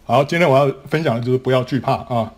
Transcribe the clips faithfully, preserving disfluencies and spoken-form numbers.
好，今天我要分享的就是不要惧怕啊。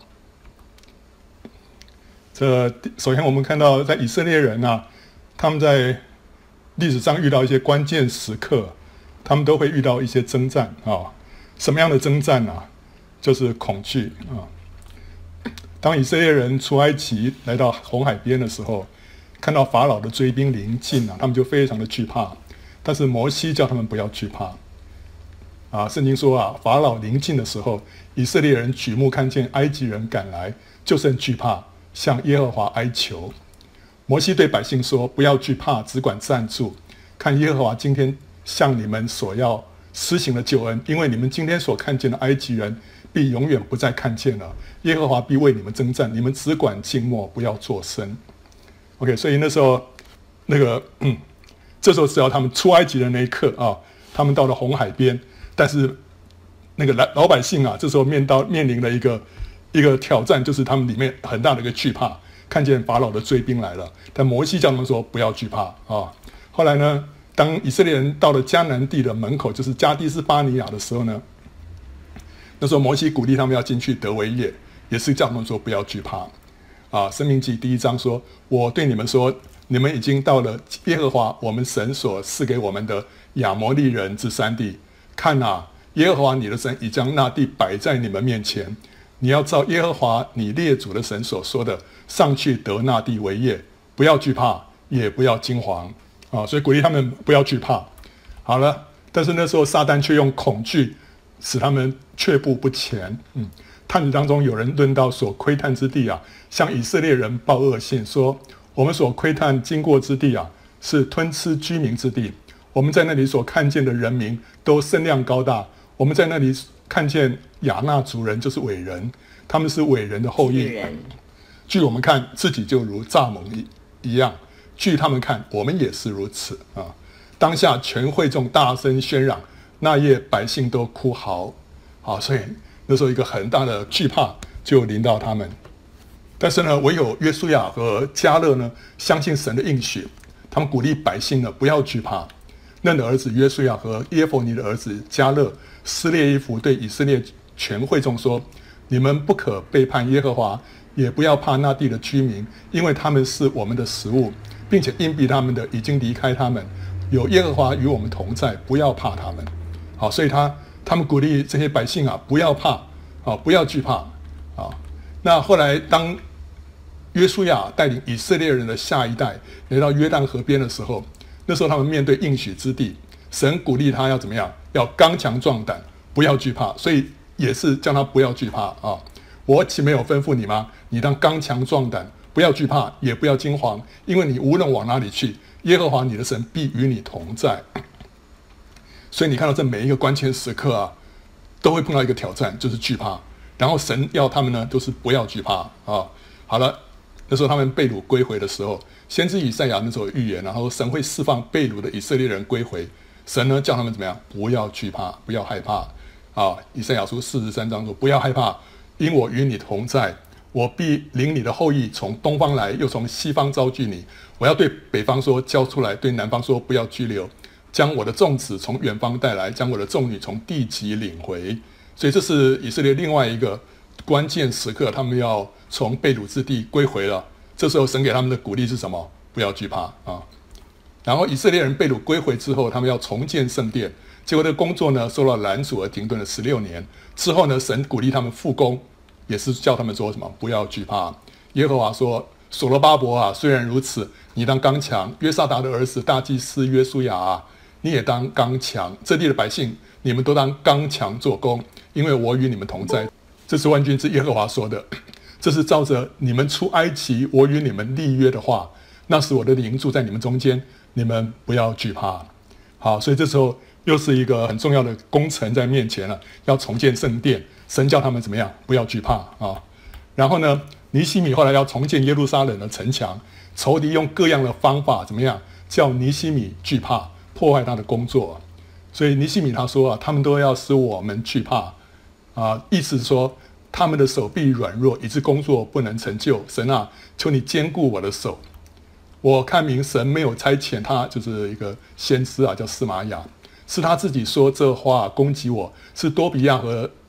这首先我们看到，在以色列人啊，他们在历史上遇到一些关键时刻，他们都会遇到一些征战啊。什么样的征战啊？就是恐惧啊。当以色列人出埃及来到红海边的时候，看到法老的追兵临近啊，他们就非常的惧怕。但是摩西叫他们不要惧怕。啊，圣经说啊，法老临近的时候，以色列人举目看见埃及人赶来，就甚惧怕，向耶和华哀求。摩西对百姓说：“不要惧怕，只管站住，看耶和华今天向你们所要施行的救恩，因为你们今天所看见的埃及人，必永远不再看见了。耶和华必为你们征战，你们只管静默，不要作声。” OK， 所以那时候，那个，嗯，这时候只要他们出埃及的那一刻啊，他们到了红海边。但是那个老百姓啊，这时候面到面临了一个一个挑战，就是他们里面很大的一个惧怕，看见法老的追兵来了。但摩西叫他们说不要惧怕啊。后来呢，当以色列人到了迦南地的门口，就是加低斯巴尼亚的时候呢，那时候摩西鼓励他们要进去得为业，也是叫他们说不要惧怕啊。申命记第一章说：“我对你们说，你们已经到了耶和华我们神所赐给我们的亚摩利人之山地。看啊，耶和华你的神已将那地摆在你们面前，你要照耶和华你列祖的神所说的，上去得那地为业，不要惧怕，也不要惊惶。”啊，所以鼓励他们不要惧怕。好了，但是那时候撒旦却用恐惧使他们却步不前。嗯，探子当中有人论到所窥探之地啊，向以色列人报恶信，说我们所窥探经过之地啊，是吞吃居民之地。我们在那里所看见的人民都身量高大，我们在那里看见亚纳族人就是伟人，他们是伟人的后裔。据我们看，自己就如蚱蜢一样；据他们看，我们也是如此啊！当下全会众大声喧嚷，那夜百姓都哭嚎。好，所以那时候一个很大的惧怕就临到他们。但是呢，唯有约书亚和迦勒呢，相信神的应许，他们鼓励百姓呢不要惧怕。嫩的儿子约书亚和耶弗尼的儿子迦勒撕裂衣服，对以色列全会众说：“你们不可背叛耶和华，也不要怕那地的居民，因为他们是我们的食物，并且因逼他们的已经离开他们。有耶和华与我们同在，不要怕他们。”好，所以他他们鼓励这些百姓啊，不要怕，啊，不要惧怕啊。那后来当约书亚带领以色列人的下一代来到约旦河边的时候，那时候他们面对应许之地，神鼓励他要怎么样？要刚强壮胆，不要惧怕。所以也是叫他不要惧怕啊！我岂没有吩咐你吗？你当刚强壮胆，不要惧怕，也不要惊惶，因为你无论往哪里去，耶和华你的神必与你同在。所以你看到这每一个关键时刻啊，都会碰到一个挑战，就是惧怕。然后神要他们呢，都是不要惧怕啊。好了，那时候他们被掳归回的时候，先知以赛亚那时候有预言，然后神会释放被掳的以色列人归回。神呢叫他们怎么样？不要惧怕，不要害怕啊！以赛亚书四十三章说：“不要害怕，因我与你同在，我必领你的后裔从东方来，又从西方招聚你。我要对北方说，交出来；对南方说，不要拘留。将我的众子从远方带来，将我的众女从地极领回。”所以这是以色列另外一个关键时刻，他们要从被掳之地归回了。这时候神给他们的鼓励是什么？不要惧怕啊！然后以色列人被掳归回之后，他们要重建圣殿，结果这个工作呢受到拦阻而停顿了十六年。之后呢，神鼓励他们复工，也是叫他们说什么？不要惧怕。耶和华说：“所罗巴伯啊，虽然如此，你当刚强；约萨达的儿子大祭司约书亚啊，你也当刚强。这地的百姓，你们都当刚强做工，因为我与你们同在。”这是万军之耶和华说的。这是照着你们出埃及，我与你们立约的话。那时我的灵住在你们中间，你们不要惧怕。好，所以这时候又是一个很重要的工程在面前了，要重建圣殿。神叫他们怎么样？不要惧怕啊！然后呢，尼希米后来要重建耶路撒冷的城墙，仇敌用各样的方法怎么样？叫尼希米惧怕，破坏他的工作。所以尼希米他说啊，他们都要使我们惧怕啊，意思是说他们的手臂软弱，以致工作不能成就。神啊，求你坚固我的手。我看明神没有差遣他，就是一个先知啊，叫司玛雅，是他自己说这话攻击我。是多比亚和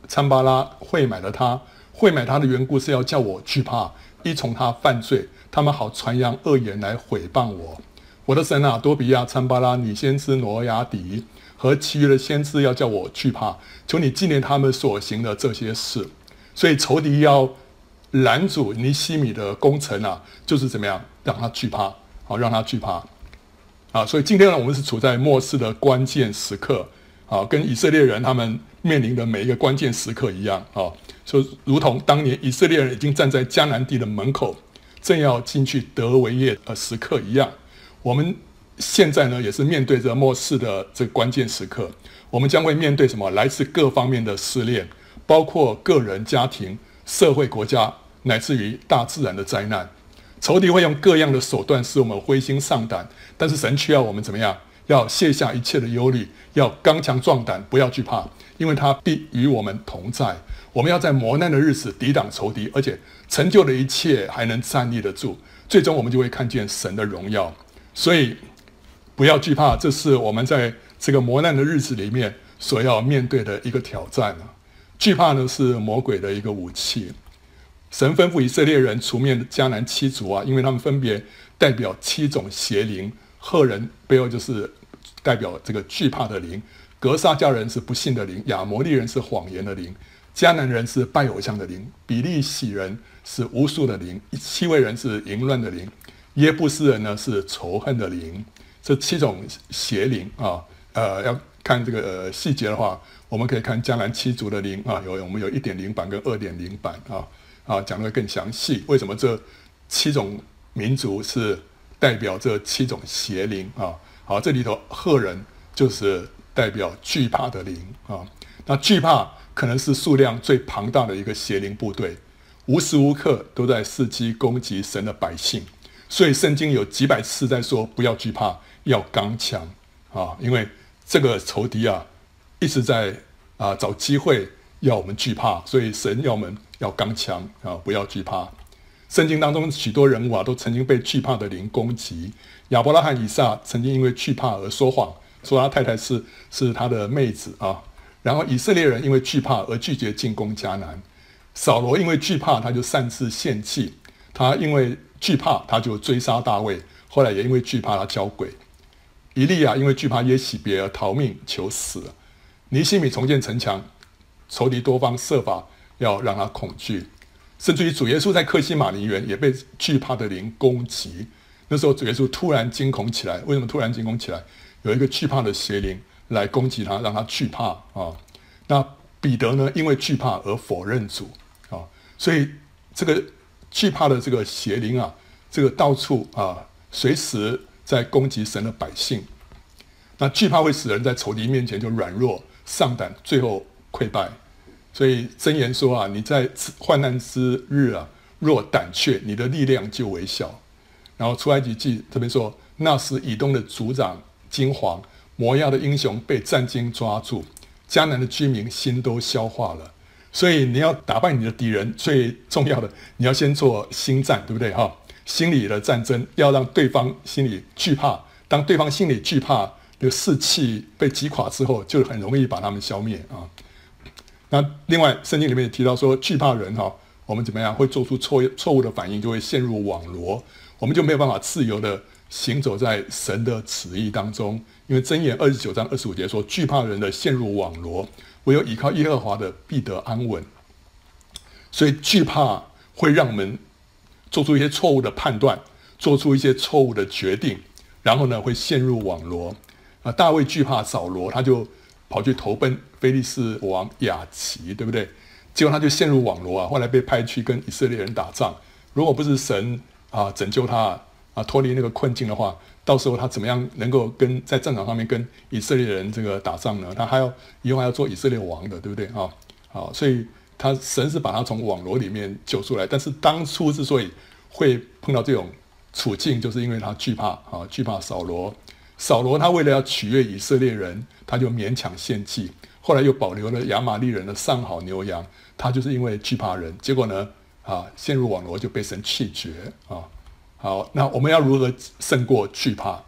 参巴拉会买了他，会买他的缘故是要叫我惧怕，依从他犯罪，他们好传扬恶言来毁谤我。我的神啊，多比亚、参巴拉、女先知挪亚底和其余的先知要叫我惧怕，求你纪念他们所行的这些事。所以仇敌要拦阻尼希米的工程啊，就是怎么样让他惧怕，好让他惧怕啊。所以今天呢，我们是处在末世的关键时刻啊，跟以色列人他们面临的每一个关键时刻一样啊，就如同当年以色列人已经站在迦南地的门口，正要进去得为业的时刻一样。我们现在呢，也是面对着末世的这个关键时刻，我们将会面对什么？来自各方面的试炼，包括个人、家庭、社会、国家，乃至于大自然的灾难。仇敌会用各样的手段使我们灰心丧胆，但是神却要我们怎么样？要卸下一切的忧虑，要刚强壮胆，不要惧怕，因为他必与我们同在。我们要在磨难的日子抵挡仇敌，而且成就的一切还能站立得住，最终我们就会看见神的荣耀。所以不要惧怕，这是我们在这个磨难的日子里面所要面对的一个挑战。惧怕呢，是魔鬼的一个武器。神吩咐以色列人除灭迦南七族啊，因为他们分别代表七种邪灵。赫人背后就是代表这个惧怕的灵，格撒迦人是不信的灵，亚摩利人是谎言的灵，迦南人是拜偶像的灵，比利洗人是巫术的灵，七位人是淫乱的灵，耶布斯人呢是仇恨的灵。这七种邪灵啊，呃，要看这个呃细节的话，我们可以看迦南七族的灵啊，有我们有 一点零 版跟 二点零 版啊啊，讲得更详细。为什么这七种民族是代表这七种邪灵啊？好，这里头赫人就是代表惧怕的灵啊。那惧怕可能是数量最庞大的一个邪灵部队，无时无刻都在伺机攻击神的百姓。所以圣经有几百次在说不要惧怕，要刚强啊，因为这个仇敌啊一直在啊找机会要我们惧怕，所以神要我们要刚强啊，不要惧怕。圣经当中许多人物啊都曾经被惧怕的灵攻击。亚伯拉罕、以撒曾经因为惧怕而说谎，说他太太是是他的妹子啊。然后以色列人因为惧怕而拒绝进攻迦南。扫罗因为惧怕他就擅自献祭，他因为惧怕他就追杀大卫，后来也因为惧怕他交鬼。以利亚因为惧怕耶洗别而逃命求死。尼希米重建城墙，仇敌多方设法要让他恐惧。甚至于主耶稣在客西马尼园也被惧怕的灵攻击，那时候主耶稣突然惊恐起来。为什么突然惊恐起来？有一个惧怕的邪灵来攻击他，让他惧怕啊。那彼得呢，因为惧怕而否认主啊，所以这个惧怕的这个邪灵啊，这个到处啊，随时在攻击神的百姓。那惧怕会使人在仇敌面前就软弱丧胆，最后溃败。所以箴言说啊，你在患难之日啊，若胆怯，你的力量就微小。然后出埃及记这边说，那时以东的族长惊惶，摩押的英雄被战惊抓住，迦南的居民心都消化了。所以你要打败你的敌人，最重要的你要先做心战，对不对哈？心理的战争要让对方心里惧怕，当对方心里惧怕，这个士气被击垮之后，就很容易把他们消灭啊。那另外，圣经里面也提到说，惧怕人哈，我们怎么样会做出错错误的反应，就会陷入网罗，我们就没有办法自由的行走在神的旨意当中。因为箴言二十九章二十五节说，惧怕人的陷入网罗，唯有倚靠耶和华的必得安稳。所以惧怕会让我们做出一些错误的判断，做出一些错误的决定，然后呢会陷入网罗。啊，大卫惧怕扫罗，他就跑去投奔非利士王亚奇，对不对？结果他就陷入网罗啊，后来被派去跟以色列人打仗。如果不是神啊拯救他啊脱离那个困境的话，到时候他怎么样能够跟在战场上面跟以色列人这个打仗呢？他还要以后还要做以色列王的，对不对啊？好，所以他神是把他从网罗里面救出来。但是当初之所以会碰到这种处境，就是因为他惧怕啊，惧怕扫罗。扫罗他为了要取悦以色列人，他就勉强献祭，后来又保留了亚玛力人的上好牛羊，他就是因为惧怕人，结果呢啊陷入网罗就被神弃绝啊。好，那我们要如何胜过惧怕？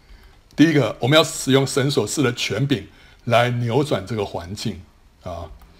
第一个，我们要使用神所赐的权柄来扭转这个环境啊。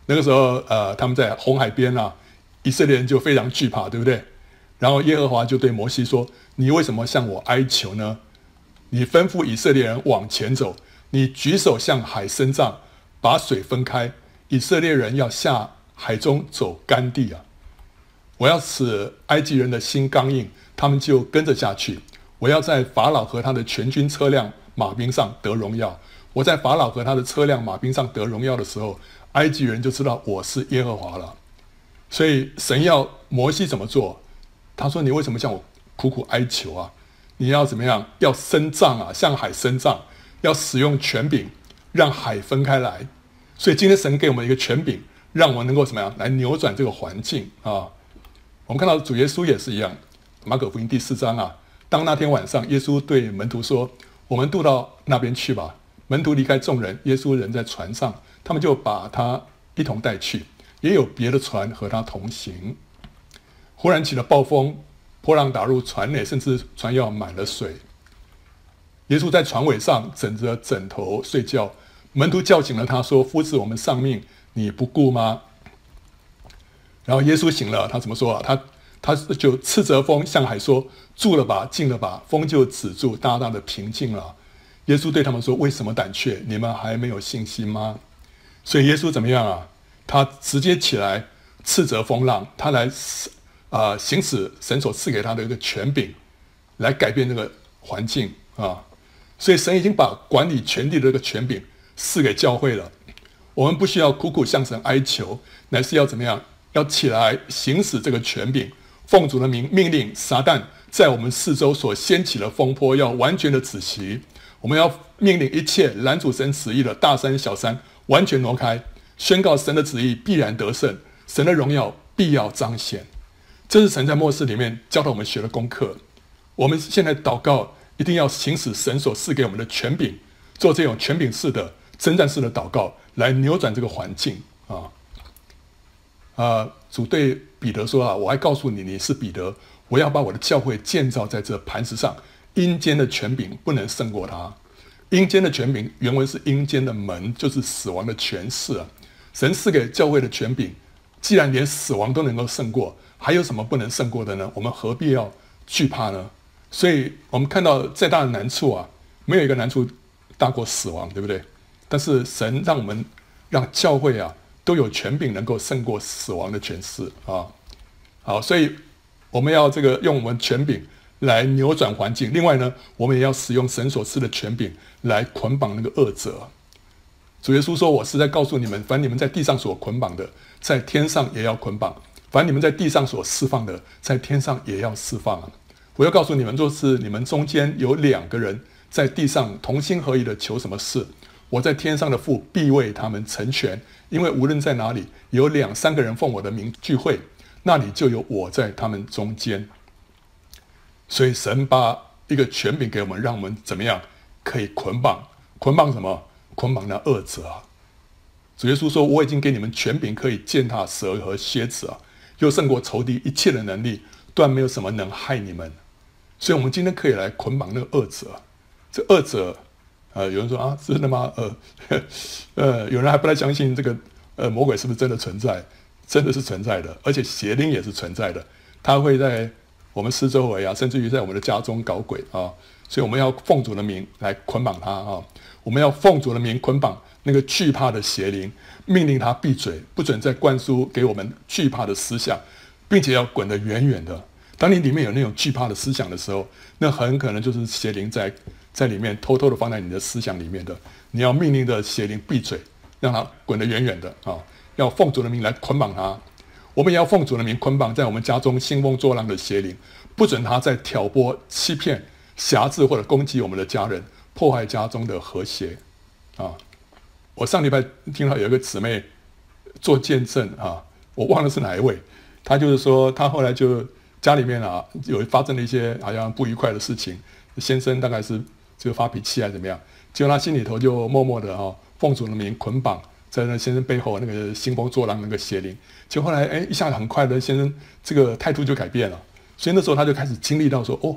那个时候，呃，他们在红海边啊，以色列人就非常惧怕，对不对？然后耶和华就对摩西说：“你为什么向我哀求呢？你吩咐以色列人往前走，你举手向海伸杖，把水分开，以色列人要下海中走干地啊！我要使埃及人的心刚硬，他们就跟着下去。我要在法老和他的全军车辆、马兵上得荣耀。我在法老和他的车辆、马兵上得荣耀的时候，埃及人就知道我是耶和华了。所以神要摩西怎么做？他说：你为什么向我苦苦哀求啊？你要怎么样？要伸杖啊，向海伸杖，要使用权柄，让海分开来。所以今天神给我们一个权柄，让我们能够怎么样来扭转这个环境啊？我们看到主耶稣也是一样，马可福音第四章啊，当那天晚上，耶稣对门徒说：我们渡到那边去吧。门徒离开众人，耶稣人在船上，他们就把他一同带去，也有别的船和他同行。忽然起了暴风，波浪打入船内，甚至船要满了水。耶稣在船尾上枕着枕头睡觉，门徒叫醒了他说：夫子，我们丧命，你不顾吗？然后耶稣醒了，他怎么说啊？他他就斥责风，向海说：住了吧，静了吧，风就止住，大大的平静了。耶稣对他们说：为什么胆怯？你们还没有信心吗？所以耶稣怎么样啊？他直接起来斥责风浪，他来啊、呃、行使神所赐给他的一个权柄，来改变这个环境啊。所以神已经把管理权力的这个权柄赐给教会了。我们不需要苦苦向神哀求，乃是要怎么样？要起来行使这个权柄，奉主的名命令撒旦在我们四周所掀起的风波要完全的止息。我们要命令一切拦阻神旨意的大山小山完全挪开，宣告神的旨意必然得胜，神的荣耀必要彰显。这是神在末世里面教导我们学的功课。我们现在祷告一定要行使神所赐给我们的权柄，做这种权柄式的征战式的祷告，来扭转这个环境啊。呃，主对彼得说啊，我还告诉你，你是彼得，我要把我的教会建造在这磐石上，阴间的权柄不能胜过他。阴间的权柄原文是阴间的门，就是死亡的权势啊。神赐给教会的权柄，既然连死亡都能够胜过，还有什么不能胜过的呢？我们何必要惧怕呢？所以我们看到再大的难处啊，没有一个难处大过死亡，对不对？但是神让我们让教会啊都有权柄能够胜过死亡的权势啊。好，所以我们要这个用我们权柄来扭转环境。另外呢，我们也要使用神所赐的权柄来捆绑那个恶者。主耶稣说：我是在告诉你们，凡你们在地上所捆绑的，在天上也要捆绑；凡你们在地上所释放的，在天上也要释放啊。我要告诉你们，若是你们中间有两个人在地上同心合意的求什么事，我在天上的父必为他们成全。因为无论在哪里有两三个人奉我的名聚会，那里就有我在他们中间。所以神把一个权柄给我们，让我们怎么样可以捆绑？捆绑什么？捆绑那恶者啊！主耶稣说：我已经给你们权柄，可以践踏蛇和蝎子啊，又胜过仇敌一切的能力，断没有什么能害你们。所以我们今天可以来捆绑那个恶者。这恶者，呃，有人说啊，真的吗？呃，呃，有人还不太相信这个，呃，魔鬼是不是真的存在？真的是存在的，而且邪灵也是存在的。他会在我们四周围啊，甚至于在我们的家中搞鬼啊。所以我们要奉主的名来捆绑他啊！我们要奉主的名捆绑那个惧怕的邪灵，命令他闭嘴，不准再灌输给我们惧怕的思想，并且要滚得远远的。当你里面有那种惧怕的思想的时候，那很可能就是邪灵在在里面偷偷的放在你的思想里面的。你要命令的邪灵闭嘴，让他滚得远远的啊！要奉主的名来捆绑他。我们也要奉主的名捆绑在我们家中兴风作浪的邪灵，不准他再挑拨、欺骗、辖制或者攻击我们的家人，破坏家中的和谐啊！我上礼拜听到有一个姊妹做见证啊，我忘了是哪一位，她就是说她后来就家里面啊有发生了一些好像不愉快的事情，先生大概是就发脾气还是怎么样，结果她心里头就默默的哈、啊、奉主的名捆绑在那先生背后那个兴风作浪那个邪灵，结果后来哎一下很快的先生这个态度就改变了，所以那时候他就开始经历到说哦。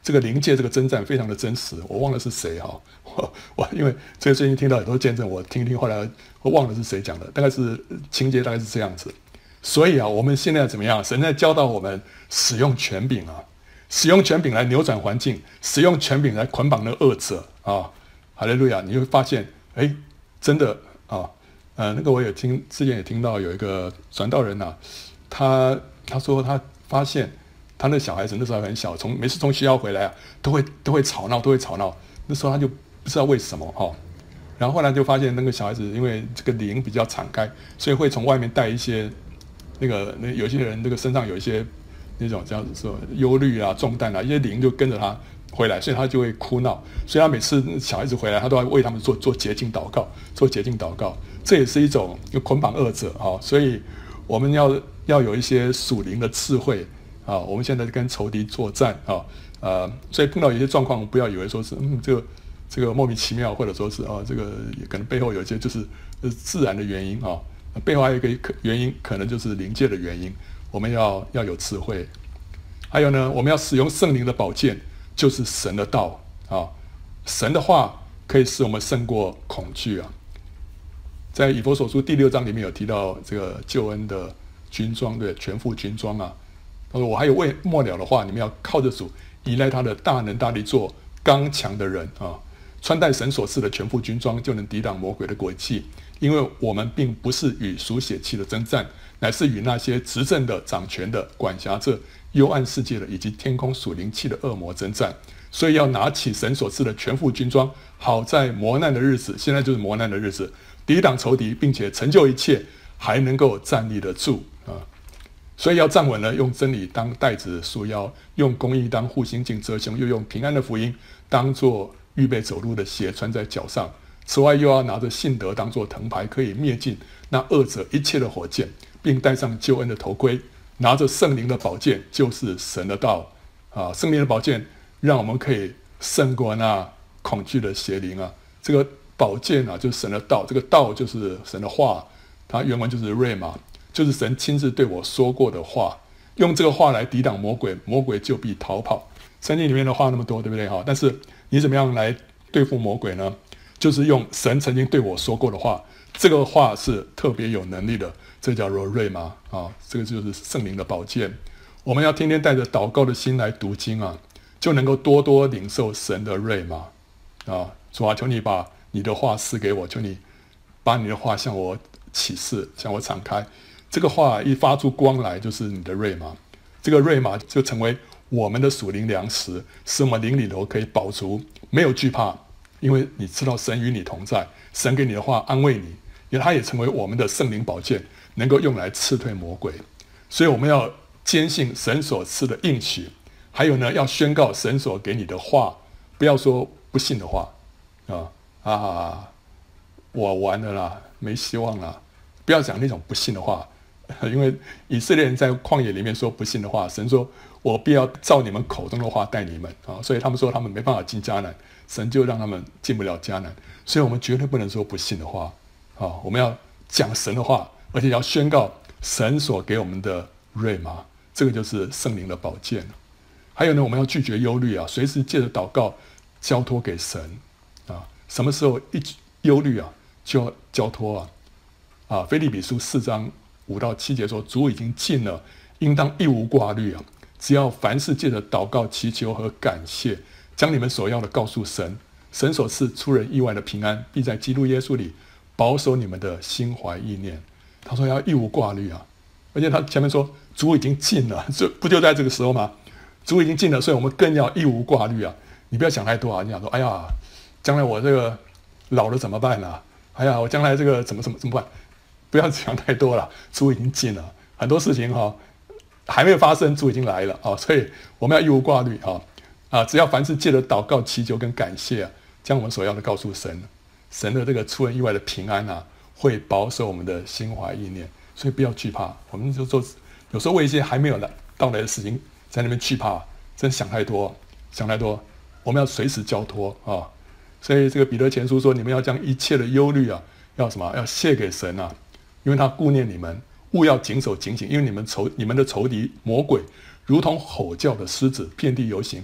这个灵界这个征战非常的真实。我忘了是谁哈，我我因为这个最近听到很多见证，我听听后来我忘了是谁讲的，大概是情节大概是这样子。所以啊，我们现在怎么样？神在教导我们使用权柄啊，使用权柄来扭转环境，使用权柄来捆绑那恶者啊。哈利路亚！你会发现，哎，真的啊，呃，那个我也听之前也听到有一个传道人呐、啊，他他说他发现他那小孩子那时候还很小，从每次从学校回来啊，都会都会吵闹，都会吵闹。那时候他就不知道为什么哈、哦，然后后来就发现那个小孩子因为这个灵比较敞开，所以会从外面带一些那个那有些人这个身上有一些那种叫做忧虑啊、重担啊，一些灵就跟着他回来，所以他就会哭闹。所以他每次小孩子回来，他都要为他们做做洁净祷告，做洁净祷告。这也是一种捆绑恶者啊、哦。所以我们要要有一些属灵的智慧啊。我们现在跟仇敌作战啊，呃，所以碰到有些状况，不要以为说是嗯这个这个莫名其妙，或者说是啊这个可能背后有一些就是自然的原因啊。背后还有一个原因，可能就是灵界的原因。我们要要有智慧。还有呢，我们要使用圣灵的宝剑，就是神的道啊。神的话可以使我们胜过恐惧啊。在以弗所书第六章里面有提到这个救恩的军装，对，全副军装啊。他说：“我还有未末了的话，你们要靠着主，依赖他的大能大力，做刚强的人啊。穿戴神所赐的全副军装，就能抵挡魔鬼的诡计。因为我们并不是与属血气的征战，乃是与那些执政的、掌权的、管辖这幽暗世界的，以及天空属灵气的恶魔征战。所以要拿起神所赐的全副军装，好在磨难的日子，现在就是磨难的日子，抵挡仇敌，并且成就一切，还能够站立得住啊。所以要站稳了，用真理当带子束腰，用公义当护心镜遮胸，又用平安的福音当作预备走路的鞋穿在脚上。此外，又要拿着信德当作藤牌，可以灭尽那恶者一切的火箭，并戴上救恩的头盔，拿着圣灵的宝剑，就是神的道啊。圣灵的宝剑让我们可以胜过那恐惧的邪灵啊。这个宝剑啊，就是神的道，这个道就是神的话，它原文就是瑞玛，就是神亲自对我说过的话。用这个话来抵挡魔鬼，魔鬼就必逃跑。圣经里面的话那么多，对不对？但是你怎么样来对付魔鬼呢？就是用神曾经对我说过的话，这个话是特别有能力的，这叫做瑞玛啊，这个就是圣灵的宝剑。我们要天天带着祷告的心来读经啊，就能够多多领受神的瑞玛啊。主啊，求你把你的话赐给我，求你把你的话向我启示，向我敞开。这个话一发出光来，就是你的瑞玛，这个瑞玛就成为我们的属灵粮食，使我们灵里头可以饱足，没有惧怕。因为你知道神与你同在，神给你的话安慰你，因为它也成为我们的圣灵宝剑，能够用来刺退魔鬼。所以我们要坚信神所赐的应许，还有呢，要宣告神所给你的话，不要说不信的话啊啊，我完了啦，没希望啦，不要讲那种不信的话，因为以色列人在旷野里面说不信的话，神说我必要照你们口中的话待你们啊，所以他们说他们没办法进迦南。神就让他们进不了迦南，所以我们绝对不能说不信的话啊！我们要讲神的话，而且要宣告神所给我们的瑞玛，这个就是圣灵的宝剑。还有呢，我们要拒绝忧虑啊，随时借着祷告交托给神啊。什么时候一忧虑啊，就要交托啊啊！腓立比书四章五到七节说，主已经尽了，应当一无挂虑啊，只要凡事借着祷告、祈求和感谢。将你们所要的告诉神，神所赐出人意外的平安，必在基督耶稣里保守你们的心怀意念。他说要一无挂虑啊，而且他前面说主已经尽了，这不就在这个时候吗？主已经尽了，所以我们更要一无挂虑啊！你不要想太多啊！你想说，哎呀，将来我这个老了怎么办啊？哎呀，我将来这个怎么怎么怎么办？不要想太多了，主已经尽了，很多事情哈、哦、还没有发生，主已经来了啊！所以我们要一无挂虑啊！啊，只要凡事借着祷告、祈求跟感谢啊，将我们所要的告诉神，神的这个出人意外的平安啊，会保守我们的心怀意念，所以不要惧怕。我们就做，有时候为一些还没有来到来的事情，在那边惧怕，真想太多，想太多。我们要随时交托啊。所以这个彼得前书说，你们要将一切的忧虑啊，要什么？要卸给神啊，因为他顾念你们，务要谨守警醒，因为你们仇你们的仇敌魔鬼，如同吼叫的狮子，遍地游行。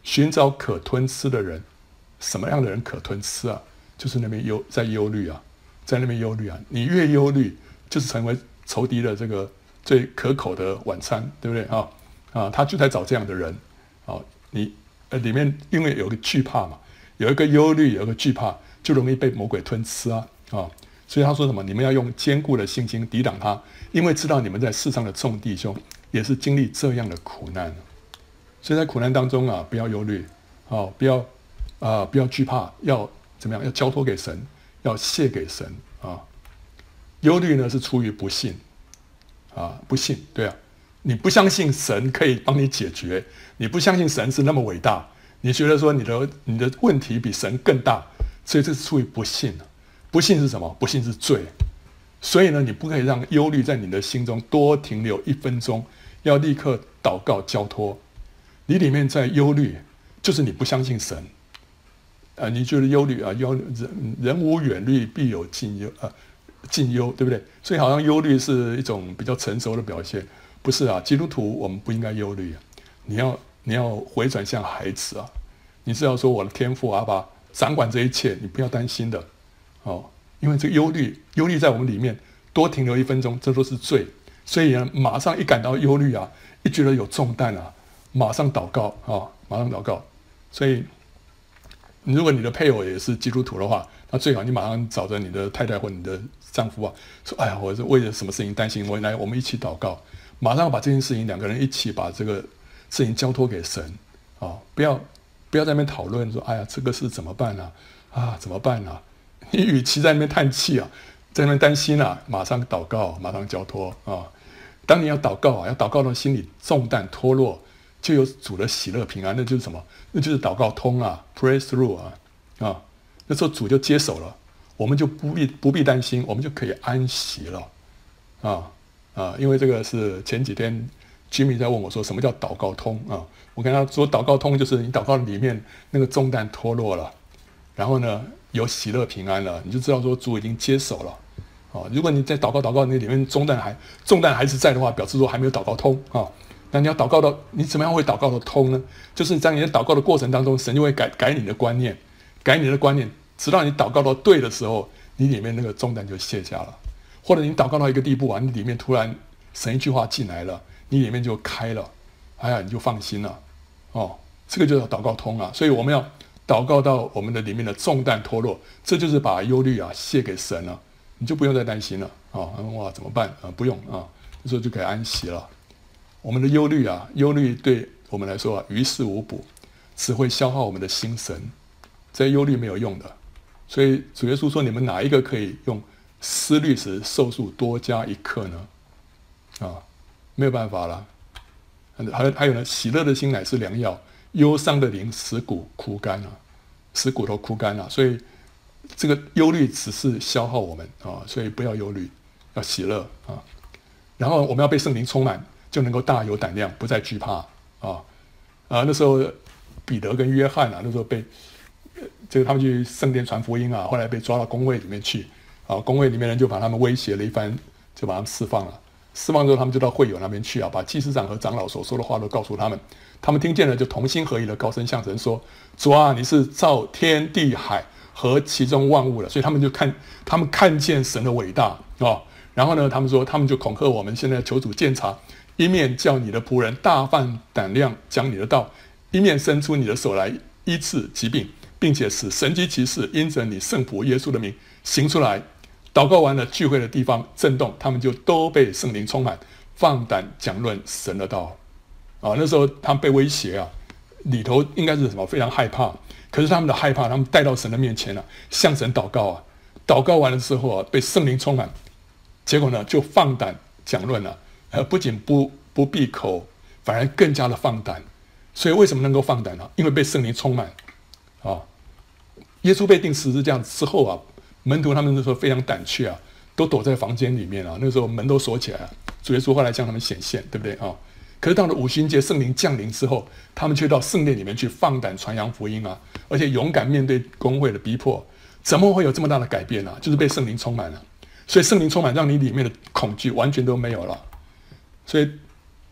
寻找可吞吃的人。什么样的人可吞吃啊？就是那边忧在忧虑啊，在那边忧虑啊。你越忧虑，就是成为仇敌的这个最可口的晚餐，对不对啊？啊，他就在找这样的人啊。你呃里面因为有个惧怕嘛，有一个忧虑，有一个惧怕，就容易被魔鬼吞吃啊啊。所以他说什么？你们要用坚固的信心抵挡他，因为知道你们在世上的众弟兄也是经历这样的苦难。所以在苦难当中啊，不要忧虑，哦，不要啊、呃，不要惧怕，要怎么样？要交托给神，要卸给神啊。忧虑呢是出于不信啊，不信，对啊，你不相信神可以帮你解决，你不相信神是那么伟大，你觉得说你的你的问题比神更大，所以这是出于不信。不信是什么？不信是罪。所以呢，你不可以让忧虑在你的心中多停留一分钟，要立刻祷告交托。你里面在忧虑，就是你不相信神。啊，你觉得忧虑啊，忧人人无远虑，必有近忧啊，近忧，对不对？所以好像忧虑是一种比较成熟的表现，不是啊？基督徒我们不应该忧虑啊，你要你要回转向孩子啊，你是要说我的天父阿爸掌管这一切，你不要担心的。哦，因为这个忧虑，忧虑在我们里面多停留一分钟，这都是罪。所以呢，马上一感到忧虑啊，一觉得有重担啊，马上祷告啊、哦，马上祷告。所以，如果你的配偶也是基督徒的话，那最好你马上找着你的太太或你的丈夫啊，说：“哎呀，我是为了什么事情担心，我来，我们一起祷告。”马上把这件事情两个人一起把这个事情交托给神啊、哦，不要不要在那边讨论说：“哎呀，这个事怎么办啊？啊，怎么办啊？”你与其在那边叹气啊，在那边担心啊，马上祷告，马上交托啊。当你要祷告啊，要祷告到心里重担脱落，就有主的喜乐平安，那就是什么？那就是祷告通啊 ，pray through 啊啊。那时候主就接手了，我们就不必不必担心，我们就可以安息了啊啊！因为这个是前几天 Jimmy 在问我说，什么叫祷告通啊？我跟他说，祷告通就是你祷告里面那个重担脱落了，然后呢？有喜乐平安了，你就知道说主已经接手了，哦。如果你在祷告祷告那里面重担还重担还是在的话，表示说还没有祷告通啊、哦。那你要祷告到你怎么样会祷告得通呢？就是在你的祷告的过程当中，神就会改改你的观念，改你的观念，直到你祷告到对的时候，你里面那个重担就卸下了。或者你祷告到一个地步啊，你里面突然神一句话进来了，你里面就开了，哎呀，你就放心了，哦，这个就是祷告通啊。所以我们要祷告到我们的里面的重担脱落，这就是把忧虑啊卸给神了，你就不用再担心了啊！哇，怎么办啊？不用啊，这时候就可以安息了。我们的忧虑啊，忧虑对我们来说啊于事无补，只会消耗我们的心神，这忧虑没有用的。所以主耶稣说：“你们哪一个可以用思虑时寿数多加一刻呢？”啊，没有办法了。还还有呢，喜乐的心乃是良药。忧伤的灵使骨枯干了，使骨头枯干了，所以这个忧虑只是消耗我们啊，所以不要忧虑，要喜乐啊。然后我们要被圣灵充满，就能够大有胆量，不再惧怕啊啊！那时候彼得跟约翰啊，那时候被这个他们去圣殿传福音啊，后来被抓到公会里面去啊，公会里面人就把他们威胁了一番，就把他们释放了。释放之后，他们就到会友那边去啊，把祭司长和长老所说的话都告诉他们。他们听见了，就同心合意的高声向神说：“主啊，你是造天地海和其中万物的。”所以他们就看，他们看见神的伟大啊。然后呢，他们说，他们就恐吓我们，现在求主鉴察，一面叫你的仆人大放胆量讲你的道，一面伸出你的手来医治疾病，并且使神迹奇事因着你圣仆耶稣的名行出来。祷告完了，聚会的地方震动，他们就都被圣灵充满，放胆讲论神的道。啊，那时候他们被威胁啊，里头应该是什么？非常害怕。可是他们的害怕，他们带到神的面前了、啊，向神祷告啊。祷告完了之后啊，被圣灵充满，结果呢，就放胆讲论了。呃，不仅不不闭口，反而更加的放胆。所以为什么能够放胆呢？因为被圣灵充满啊。耶稣被钉十字架之后啊。门徒他们那时候非常胆怯啊，都躲在房间里面啊。那时候门都锁起来了。主耶稣后来向他们显现，对不对啊？可是到了五旬节，圣灵降临之后，他们却到圣殿里面去放胆传扬福音啊，而且勇敢面对公会的逼迫。怎么会有这么大的改变呢、啊？就是被圣灵充满了。所以圣灵充满，让你里面的恐惧完全都没有了。所以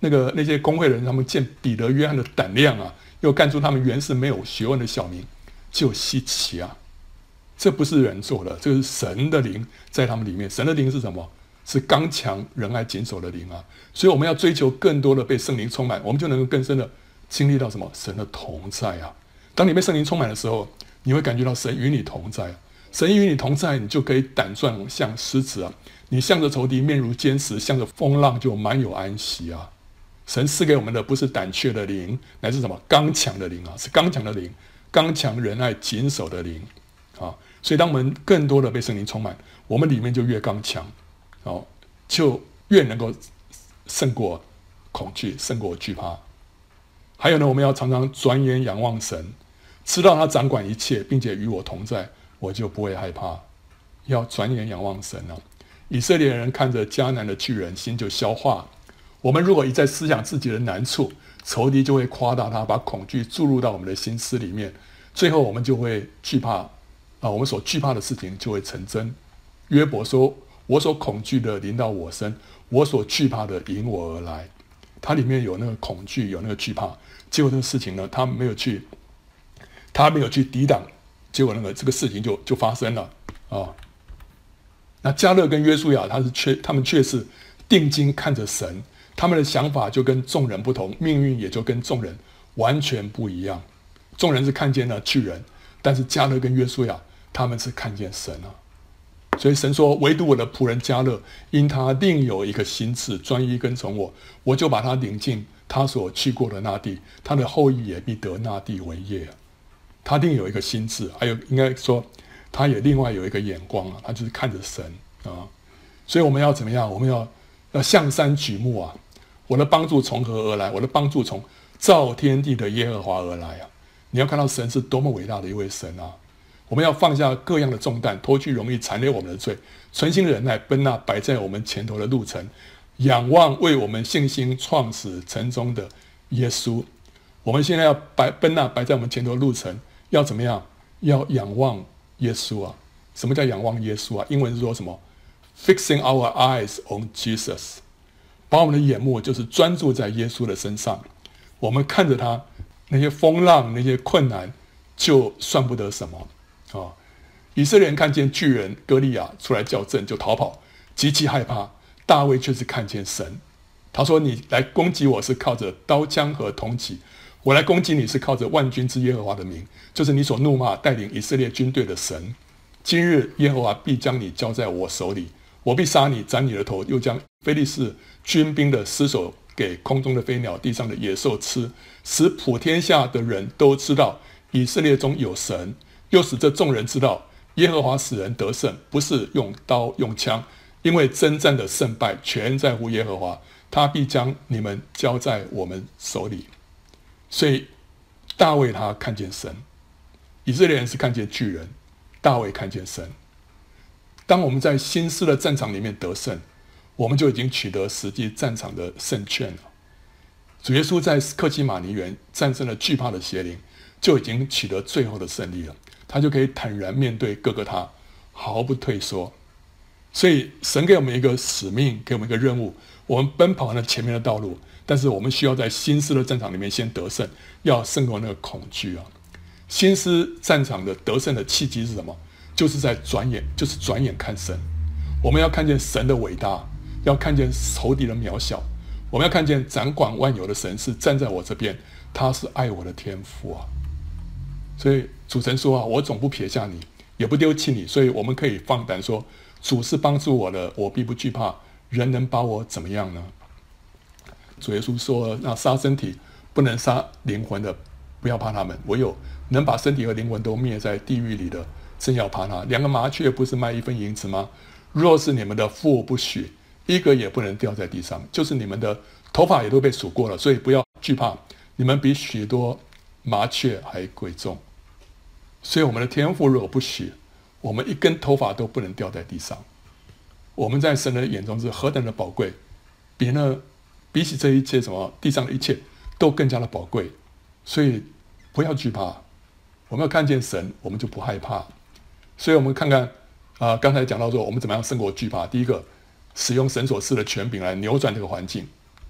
那个那些公会人，他们见彼得、约翰的胆量啊，又干出他们原是没有学问的小民，就稀奇啊！这不是人做的，这是神的灵在他们里面。神的灵是什么？是刚强、仁爱、谨守的灵啊！所以我们要追求更多的被圣灵充满，我们就能够更深的经历到什么？神的同在啊！当你被圣灵充满的时候，你会感觉到神与你同在啊！神与你同在，你就可以胆壮像狮子啊！你向着仇敌面如坚石，向着风浪就满有安息啊！神赐给我们的不是胆怯的灵，乃是什么？刚强的灵啊！是刚强的灵，刚强、仁爱、谨守的灵啊！所以，当我们更多的被圣灵充满，我们里面就越刚强，哦，就越能够胜过恐惧，胜过惧怕。还有呢，我们要常常转眼仰望神，知道他掌管一切，并且与我同在，我就不会害怕。要转眼仰望神啊！以色列人看着迦南的巨人，心就消化。我们如果一再思想自己的难处，仇敌就会夸大他，把恐惧注入到我们的心思里面，最后我们就会惧怕。啊，我们所惧怕的事情就会成真。约伯说：“我所恐惧的临到我身，我所惧怕的迎我而来。”它里面有那个恐惧，有那个惧怕。结果这个事情呢，他没有去，他没有去抵挡，结果那个这个事情就就发生了啊。那迦勒跟约书亚，他是却他们却是定睛看着神，他们的想法就跟众人不同，命运也就跟众人完全不一样。众人是看见了巨人，但是迦勒跟约书亚，他们是看见神啊，所以神说：“唯独我的仆人迦勒，因他另有一个心志，专一跟从我，我就把他领进他所去过的那地，他的后裔也必得那地为业。”他另有一个心志，还有应该说，他也另外有一个眼光啊，他就是看着神啊。所以我们要怎么样？我们要要向山举目啊！我的帮助从何而来？我的帮助从造天地的耶和华而来啊！你要看到神是多么伟大的一位神啊！我们要放下各样的重担，脱去容易残留我们的罪，存心忍耐，奔那摆在我们前头的路程，仰望为我们信心创始成终的耶稣。我们现在要摆奔那摆在我们前头的路程，要怎么样？要仰望耶稣啊！什么叫仰望耶稣啊？英文是说什么 ？Fixing our eyes on Jesus， 把我们的眼目就是专注在耶稣的身上。我们看着他，那些风浪、那些困难，就算不得什么。哦，以色列人看见巨人歌利亚出来叫阵，就逃跑，极其害怕。大卫却是看见神，他说：“你来攻击我是靠着刀枪和铜戟，我来攻击你是靠着万军之耶和华的名，就是你所怒骂带领以色列军队的神。今日耶和华必将你交在我手里，我必杀你，斩你的头，又将非利士军兵的尸首给空中的飞鸟、地上的野兽吃，使普天下的人都知道以色列中有神。”又使这众人知道，耶和华使人得胜，不是用刀用枪，因为征战的胜败全在乎耶和华，他必将你们交在我们手里。所以大卫他看见神，以色列人是看见巨人，大卫看见神。当我们在新诗的战场里面得胜，我们就已经取得实际战场的胜券了。主耶稣在客西马尼园战胜了惧怕的邪灵，就已经取得最后的胜利了。他就可以坦然面对各个他，毫不退缩。所以神给我们一个使命，给我们一个任务，我们奔跑了前面的道路，但是我们需要在新诗的战场里面先得胜，要胜过那个恐惧啊。新诗战场的得胜的契机是什么？就是在转眼，就是转眼看神。我们要看见神的伟大，要看见仇敌的渺小，我们要看见掌管万有的神是站在我这边，他是爱我的天父啊。所以主神说啊，我总不撇下你，也不丢弃你，所以我们可以放胆说，主是帮助我的，我必不惧怕，人能把我怎么样呢？主耶稣说，那杀身体不能杀灵魂的，不要怕他们，唯有能把身体和灵魂都灭在地狱里的，真要怕他。两个麻雀不是卖一分银子吗？若是你们的父不许，一个也不能掉在地上，就是你们的头发也都被数过了，所以不要惧怕，你们比许多麻雀还贵重。所以我们的天父若不许，我们一根头发都不能掉在地上。我们在神的眼中是何等的宝贵，比呢比起这一切什么地上的一切都更加的宝贵。所以不要惧怕，我们要看见神，我们就不害怕。所以我们看看啊、呃，刚才讲到说我们怎么样胜过惧怕。第一个，使用神所赐的权柄来扭转这个环境。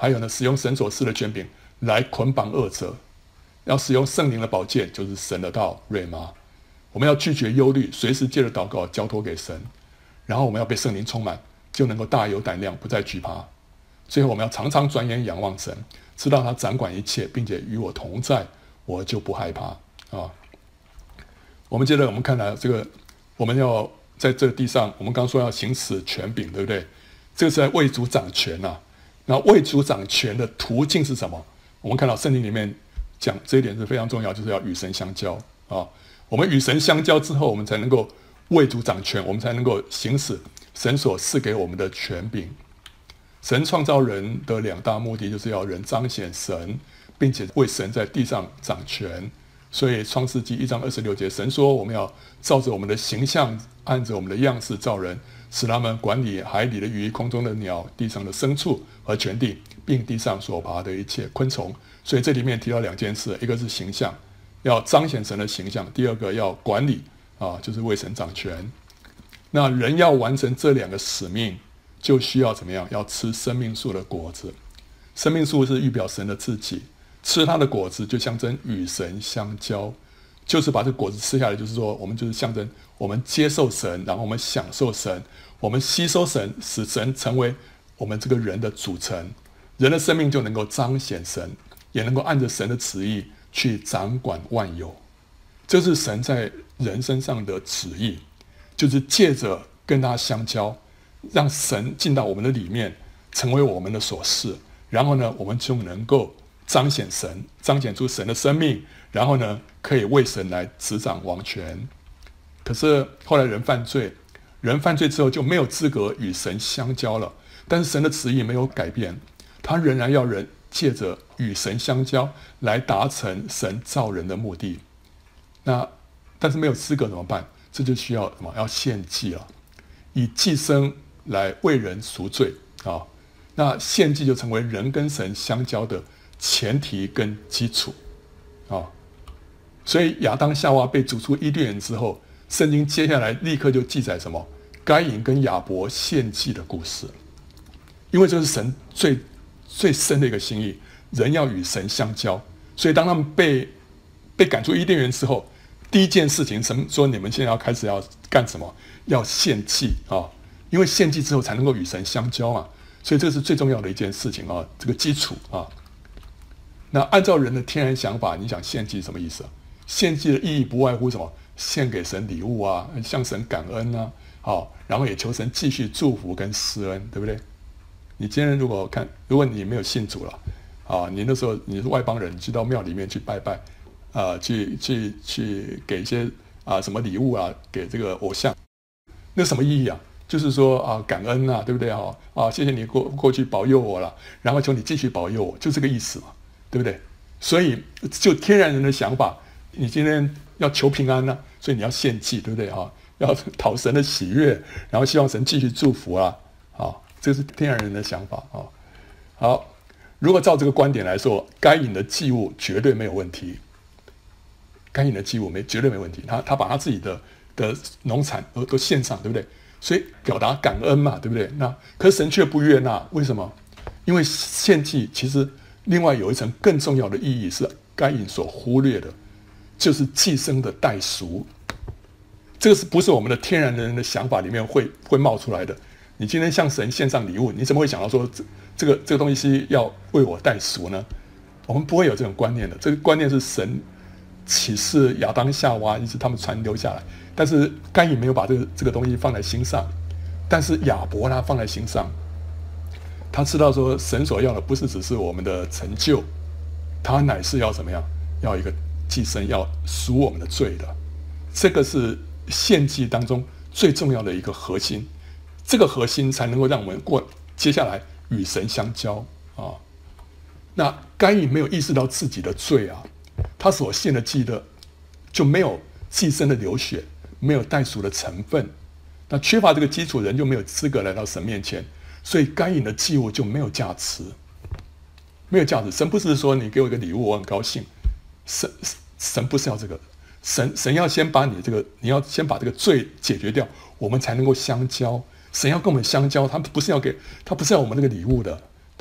还有呢，使用神所赐的权柄来捆绑恶者，要使用圣灵的宝剑，就是神的道瑞玛。我们要拒绝忧虑，随时借着祷告交托给神，然后我们要被圣灵充满，就能够大有胆量，不再惧怕。最后我们要常常转眼仰望神，知道他掌管一切，并且与我同在，我就不害怕啊。我们接着我们看到这个，我们要在这个地上，我们刚说要行使权柄，对不对？这个是在为主掌权啊。那为主掌权的途径是什么？我们看到圣经里面讲这一点是非常重要，就是要与神相交啊。我们与神相交之后，我们才能够为主掌权，我们才能够行使神所赐给我们的权柄。神创造人的两大目的，就是要人彰显神，并且为神在地上掌权。所以创世纪一章二十六节，神说我们要照着我们的形象，按着我们的样式造人，使他们管理海里的鱼、空中的鸟、地上的牲畜和全地，并地上所爬的一切昆虫。所以这里面提到两件事，一个是形象，要彰显神的形象；第二个要管理啊，就是为神掌权。那人要完成这两个使命，就需要怎么样？要吃生命树的果子。生命树是预表神的自己，吃它的果子就象征与神相交，就是把这个果子吃下来，就是说我们就是象征我们接受神，然后我们享受神，我们吸收神，使神成为我们这个人的组成，人的生命就能够彰显神，也能够按着神的旨意去掌管万有。这是神在人身上的旨意，就是借着跟他相交，让神进到我们的里面，成为我们的所事，然后呢，我们就能够彰显神，彰显出神的生命，然后呢，可以为神来执掌王权。可是后来人犯罪，人犯罪之后就没有资格与神相交了。但是神的旨意没有改变，他仍然要人借着与神相交来达成神造人的目的。那但是没有资格怎么办？这就需要什么？要献祭了，以祭牲来为人赎罪啊。那献祭就成为人跟神相交的前提跟基础啊。所以亚当夏娃被逐出伊甸园之后，圣经接下来立刻就记载什么？该隐跟亚伯献祭的故事。因为这是神最最深的一个心意，人要与神相交。所以当他们被被赶出伊甸园之后，第一件事情，神说你们现在要开始要干什么？要献祭啊！因为献祭之后才能够与神相交嘛，所以这是最重要的一件事情啊，这个基础啊。那按照人的天然想法，你想献祭什么意思啊？献祭的意义不外乎什么？献给神礼物啊，向神感恩啊，好，然后也求神继续祝福跟施恩，对不对？你今天如果看，如果你没有信主了，啊，你那时候你是外邦人，你去到庙里面去拜拜，啊，去去去给一些啊什么礼物啊，给这个偶像，那什么意义啊？就是说啊，感恩啊，对不对哈？啊，谢谢你过过去保佑我了，然后求你继续保佑我，就这个意思嘛，对不对？所以就天然人的想法，你今天要求平安呢、啊，所以你要献祭，对不对哈？要讨神的喜悦，然后希望神继续祝福啊，好。这是天然人的想法啊。好，如果照这个观点来说，该隐的祭物绝对没有问题。该隐的祭物没绝对没问题，他他把他自己的的农产都都献上，对不对？所以表达感恩嘛，对不对？那可是神却不悦纳，为什么？因为献祭其实另外有一层更重要的意义是该隐所忽略的，就是祭牲的代赎。这个是不是我们的天然人的想法里面会会冒出来的？你今天向神献上礼物，你怎么会想到说这这个这个东西要为我代赎呢？我们不会有这种观念的。这个观念是神启示亚当夏娃，一直他们传留下来。但是该隐没有把这个这个东西放在心上，但是亚伯他放在心上。他知道说神所要的不是只是我们的成就，他乃是要怎么样？要一个祭牲，要赎我们的罪的。这个是献祭当中最重要的一个核心。这个核心才能够让我们过接下来与神相交啊。那该隐没有意识到自己的罪啊，他所献的祭的就没有祭牲的流血，没有代赎的成分。那缺乏这个基础，人就没有资格来到神面前，所以该隐的祭物就没有价值，没有价值。神不是说你给我一个礼物我很高兴，神神不是要这个，神神要先把你这个，你要先把这个罪解决掉，我们才能够相交。神要跟我们相交，他不是要给他不是要我们那个礼物的，对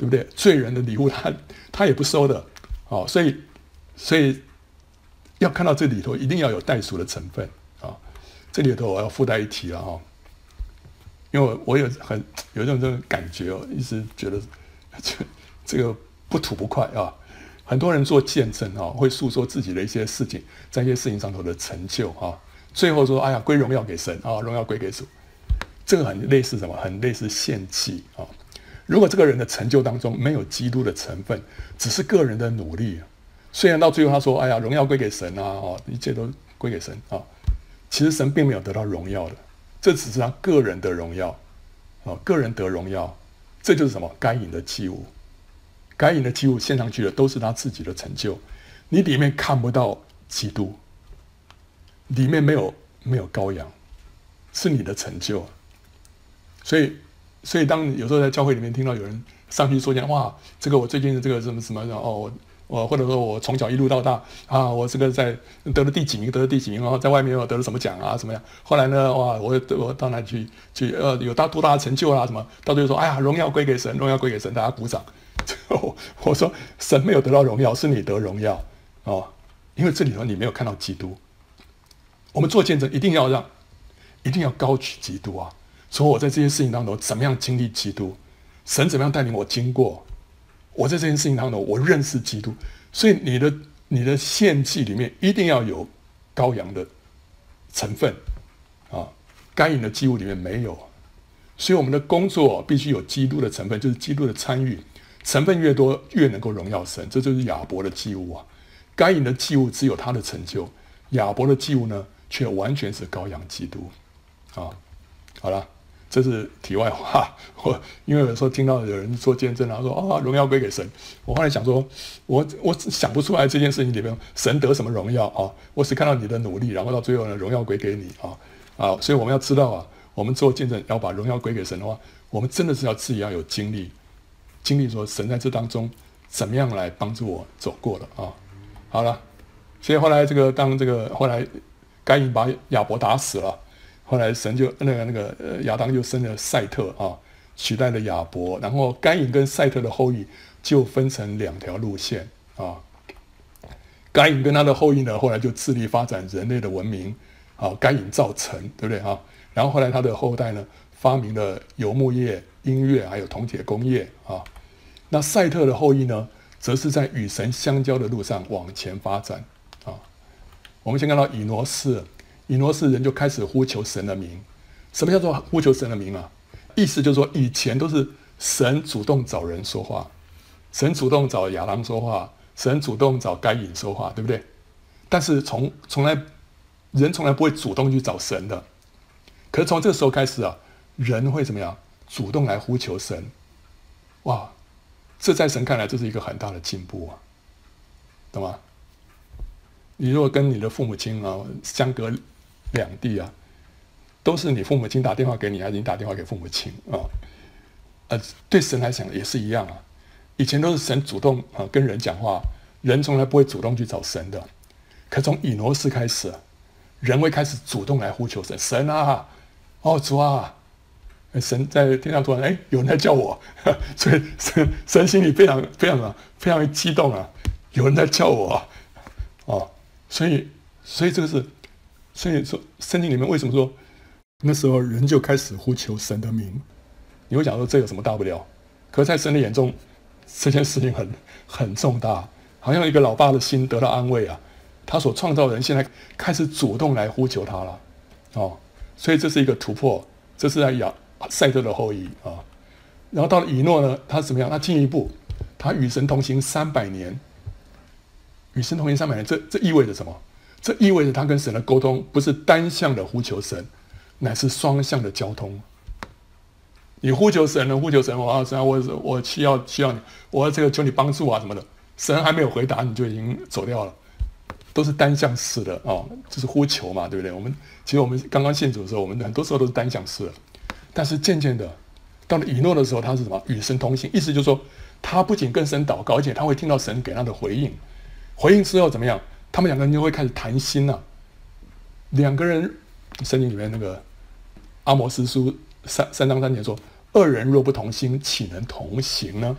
对不对？罪人的礼物他他也不收的，哦，所以所以要看到这里头一定要有代赎的成分啊、哦。这里头我要附带一提了哈、哦，因为我我有很有一种这种感觉哦，一直觉得这这个不吐不快啊。很多人做见证啊、哦，会诉说自己的一些事情，在一些事情上头的成就啊、哦，最后说哎呀归荣耀给神啊，荣耀归给主。这个很类似什么？很类似献祭啊。如果这个人的成就当中没有基督的成分，只是个人的努力，虽然到最后他说：“哎呀，荣耀归给神啊，哦，一切都归给神啊。”其实神并没有得到荣耀的，这只是他个人的荣耀啊，个人得荣耀，这就是什么？该隐的祭物，该隐的祭物献上去的都是他自己的成就，你里面看不到基督，里面没有没有羔羊，是你的成就。所以，所以当有时候在教会里面听到有人上去说讲，哇，这个我最近的这个什么什么哦，我或者说我从小一路到大啊，我这个在得了第几名，得了第几名，然后在外面我得了什么奖啊，怎么样？后来呢，哇，我我到哪去去呃有大多大的成就啦、啊？什么？到最后说，哎呀，荣耀归给神，荣耀归给神，大家鼓掌。我说神没有得到荣耀，是你得荣耀哦，因为这里头你没有看到基督。我们做见证一定要让，一定要高举基督啊！所以我在这些事情当中怎么样经历基督，神怎么样带领我经过，我在这件事情当中我认识基督。所以你的你的献祭里面一定要有羔羊的成分啊，该隐的祭物里面没有。所以我们的工作必须有基督的成分，就是基督的参与，成分越多越能够荣耀神，这就是亚伯的祭物啊。该隐的祭物只有他的成就，亚伯的祭物呢却完全是羔羊基督啊。好了。这是题外话，我因为有时候听到有人做见证，然后说啊荣耀归给神，我后来想说，我我想不出来这件事情里面神得什么荣耀啊，我只看到你的努力，然后到最后呢荣耀归给你啊啊，所以我们要知道啊，我们做见证要把荣耀归给神的话，我们真的是要自己要有经历，经历说神在这当中怎么样来帮助我走过了啊。好了，所以后来这个当这个后来该隐把亚伯打死了。后来神就那个那个呃亚当就生了赛特啊，取代了亚伯，然后该隐跟赛特的后裔就分成两条路线啊。该隐跟他的后裔呢，后来就致力发展人类的文明啊，该隐造城，对不对啊？然后后来他的后代呢，发明了游牧业、音乐还有铜铁工业啊。那赛特的后裔呢，则是在与神相交的路上往前发展啊。我们先看到以挪士。以挪士人就开始呼求神的名。什么叫做呼求神的名啊？意思就是说，以前都是神主动找人说话，神主动找亚当说话，神主动找该隐说话，对不对？但是从从来人从来不会主动去找神的。可是从这个时候开始啊，人会怎么样？主动来呼求神。哇，这在神看来这是一个很大的进步啊，懂吗？你如果跟你的父母亲啊相隔两地啊，都是你父母亲打电话给你，还是你打电话给父母亲啊？呃，对神来讲也是一样啊。以前都是神主动啊跟人讲话，人从来不会主动去找神的。可从以挪士开始，人会开始主动来呼求神，神啊，哦主啊，神在天上突然哎有人在叫我，所以神神心里非常非常啊非常激动啊，有人在叫我啊，哦，所以所以这个是。所以说，圣经里面为什么说那时候人就开始呼求神的名？你会想说这有什么大不了？可是在神的眼中，这件事情很很重大，好像一个老爸的心得到安慰啊。他所创造的人现在开始主动来呼求他了，哦，所以这是一个突破，这是在亚赛特的后裔啊。然后到了以诺呢，他怎么样？他进一步，他与神同行三百年，与神同行三百年，这这意味着什么？这意味着他跟神的沟通不是单向的呼求神，乃是双向的交通。你呼求神呢，呼求神，我神啊，我我需要需要你，我这个求你帮助啊什么的，神还没有回答，你就已经走掉了，都是单向式的哦，就是呼求嘛，对不对？我们其实我们刚刚信主的时候，我们很多时候都是单向式的，但是渐渐的到了以诺的时候，他是什么？与神同行，意思就是说，他不仅跟神祷告，而且他会听到神给他的回应，回应之后怎么样？他们两个人就会开始谈心了、啊。两个人，圣经里面那个阿摩司书三三章三节说：“二人若不同心，岂能同行呢？”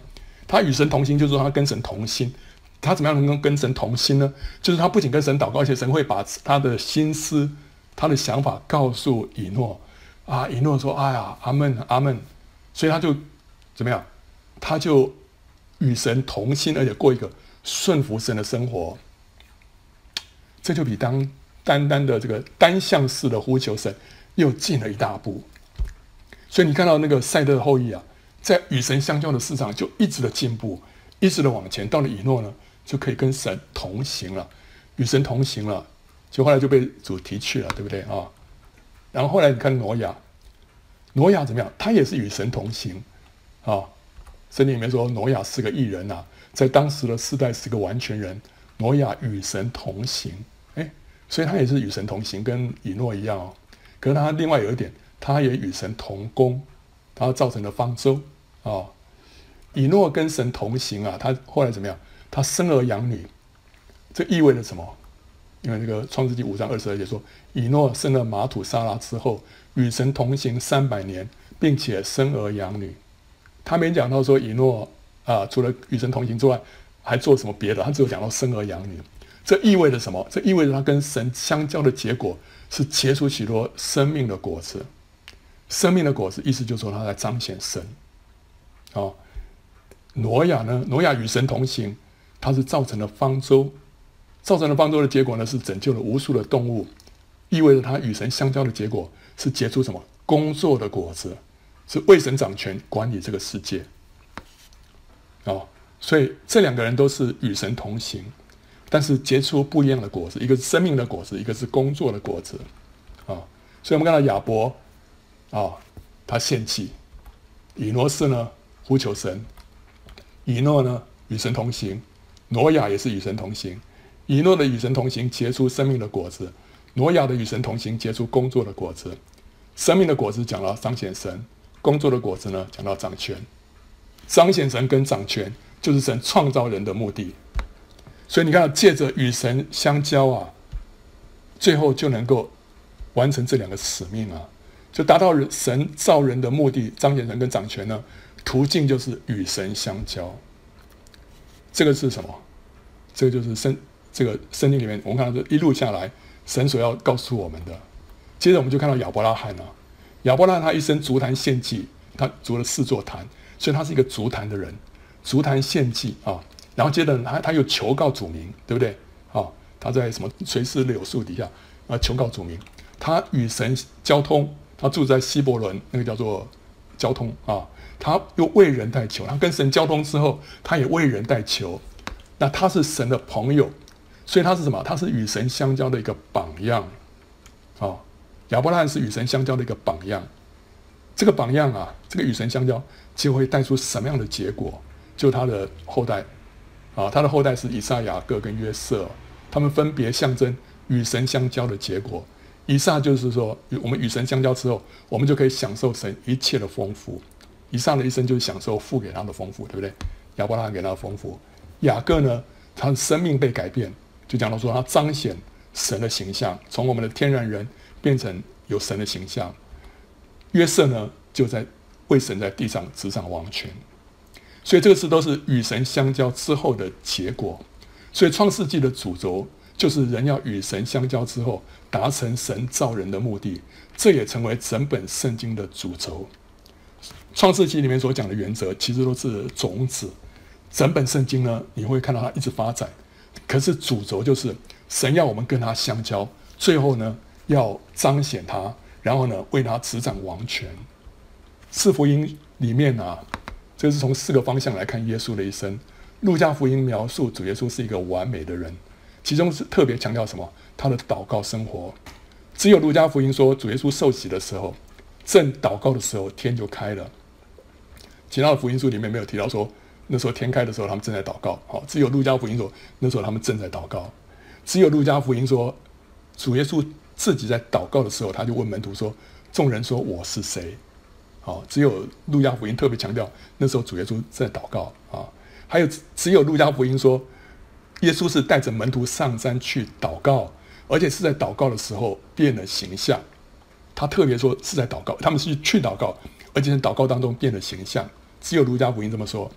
他与神同行，就是说他跟神同心。他怎么样能够跟神同心呢？就是他不仅跟神祷告，而且神会把他的心思、他的想法告诉以诺啊。以诺说：“哎呀，阿们，阿们。”所以他就怎么样？他就与神同心，而且过一个顺服神的生活。这就比当单单的这个单向式的呼求神又进了一大步。所以你看到那个赛德的后裔啊，在与神相交的市场就一直的进步，一直的往前。到了以诺呢，就可以跟神同行了，与神同行了，就后来就被主提去了，对不对啊？然后后来你看挪亚，挪亚怎么样？他也是与神同行啊。圣经里面说挪亚是个义人啊，在当时的世代是个完全人。挪亚与神同行，哎，所以他也是与神同行，跟以诺一样哦。可是他另外有一点，他也与神同工，他造成了方舟啊、哦。以诺跟神同行啊，他后来怎么样？他生儿养女，这意味着什么？因为这个创世纪五章二十二节说，以诺生了马土沙拉之后，与神同行三百年，并且生儿养女。他没讲到说以诺啊，除了与神同行之外，还做什么别的？他只有讲到生儿养女。这意味着什么？这意味着他跟神相交的结果是结出许多生命的果子。生命的果子，意思就是说他在彰显神。哦，挪亚呢？挪亚与神同行，他是造成了方舟，造成了方舟的结果呢，是拯救了无数的动物，意味着他与神相交的结果是结出什么？工作的果子，是为神掌权管理这个世界。哦。所以这两个人都是与神同行，但是结出不一样的果子，一个是生命的果子，一个是工作的果子啊。所以我们看到亚伯啊，他献祭；以诺士呢呼求神，以诺呢与神同行，挪亚也是与神同行。以诺的与神同行结出生命的果子，挪亚的与神同行结出工作的果子。生命的果子讲到彰显神，工作的果子呢讲到掌权。彰显神跟掌权就是神创造人的目的。所以你看，借着与神相交啊，最后就能够完成这两个使命啊，就达到神造人的目的。彰显神跟掌权呢，途径就是与神相交。这个是什么？这个就是圣这个圣经里面我们看到这一路下来，神所要告诉我们的。接着我们就看到亚伯拉罕啊，亚伯拉罕他一生足坛献祭，他筑了四座坛，所以他是一个足坛的人，足坛献祭啊。然后接着他他又求告主名，对不对？啊，他在什么垂丝柳树底下啊求告主名，他与神交通，他住在希伯伦，那个叫做交通啊。他又为人代求，他跟神交通之后，他也为人代求。那他是神的朋友，所以他是什么？他是与神相交的一个榜样啊。亚伯拉罕是与神相交的一个榜样。这个榜样啊，这个与神相交就会带出什么样的结果？就他的后代啊，他的后代是以撒、雅各跟约瑟，他们分别象征与神相交的结果。以撒就是说，我们与神相交之后，我们就可以享受神一切的丰富。以撒的一生就是享受父给他的丰富，对不对？亚伯拉罕给他的丰富。雅各呢，他的生命被改变，就讲到说他彰显神的形象，从我们的天然人变成有神的形象。约瑟呢，就在为神在地上执掌王权。所以这个事都是与神相交之后的结果。所以创世纪的主轴就是人要与神相交之后，达成神造人的目的，这也成为整本圣经的主轴。创世纪里面所讲的原则其实都是种子，整本圣经呢，你会看到它一直发展。可是主轴就是神要我们跟他相交，最后呢要彰显他，然后呢为他执掌王权。四福音里面啊，这是从四个方向来看耶稣的一生。路加福音描述主耶稣是一个完美的人，其中是特别强调什么？他的祷告生活。只有路加福音说，主耶稣受洗的时候，正祷告的时候，天就开了。其他的福音书里面没有提到说，那时候天开的时候他们正在祷告。好，只有路加福音说，那时候他们正在祷告。只有路加福音说，主耶稣自己在祷告的时候，他就问门徒说：“众人说我是谁？”好，只有路加福音特别强调，那时候主耶稣在祷告啊。还有只有路加福音说，耶稣是带着门徒上山去祷告，而且是在祷告的时候变了形象。他特别说是在祷告，他们是去祷告，而且在祷告当中变了形象。只有路加福音这么说。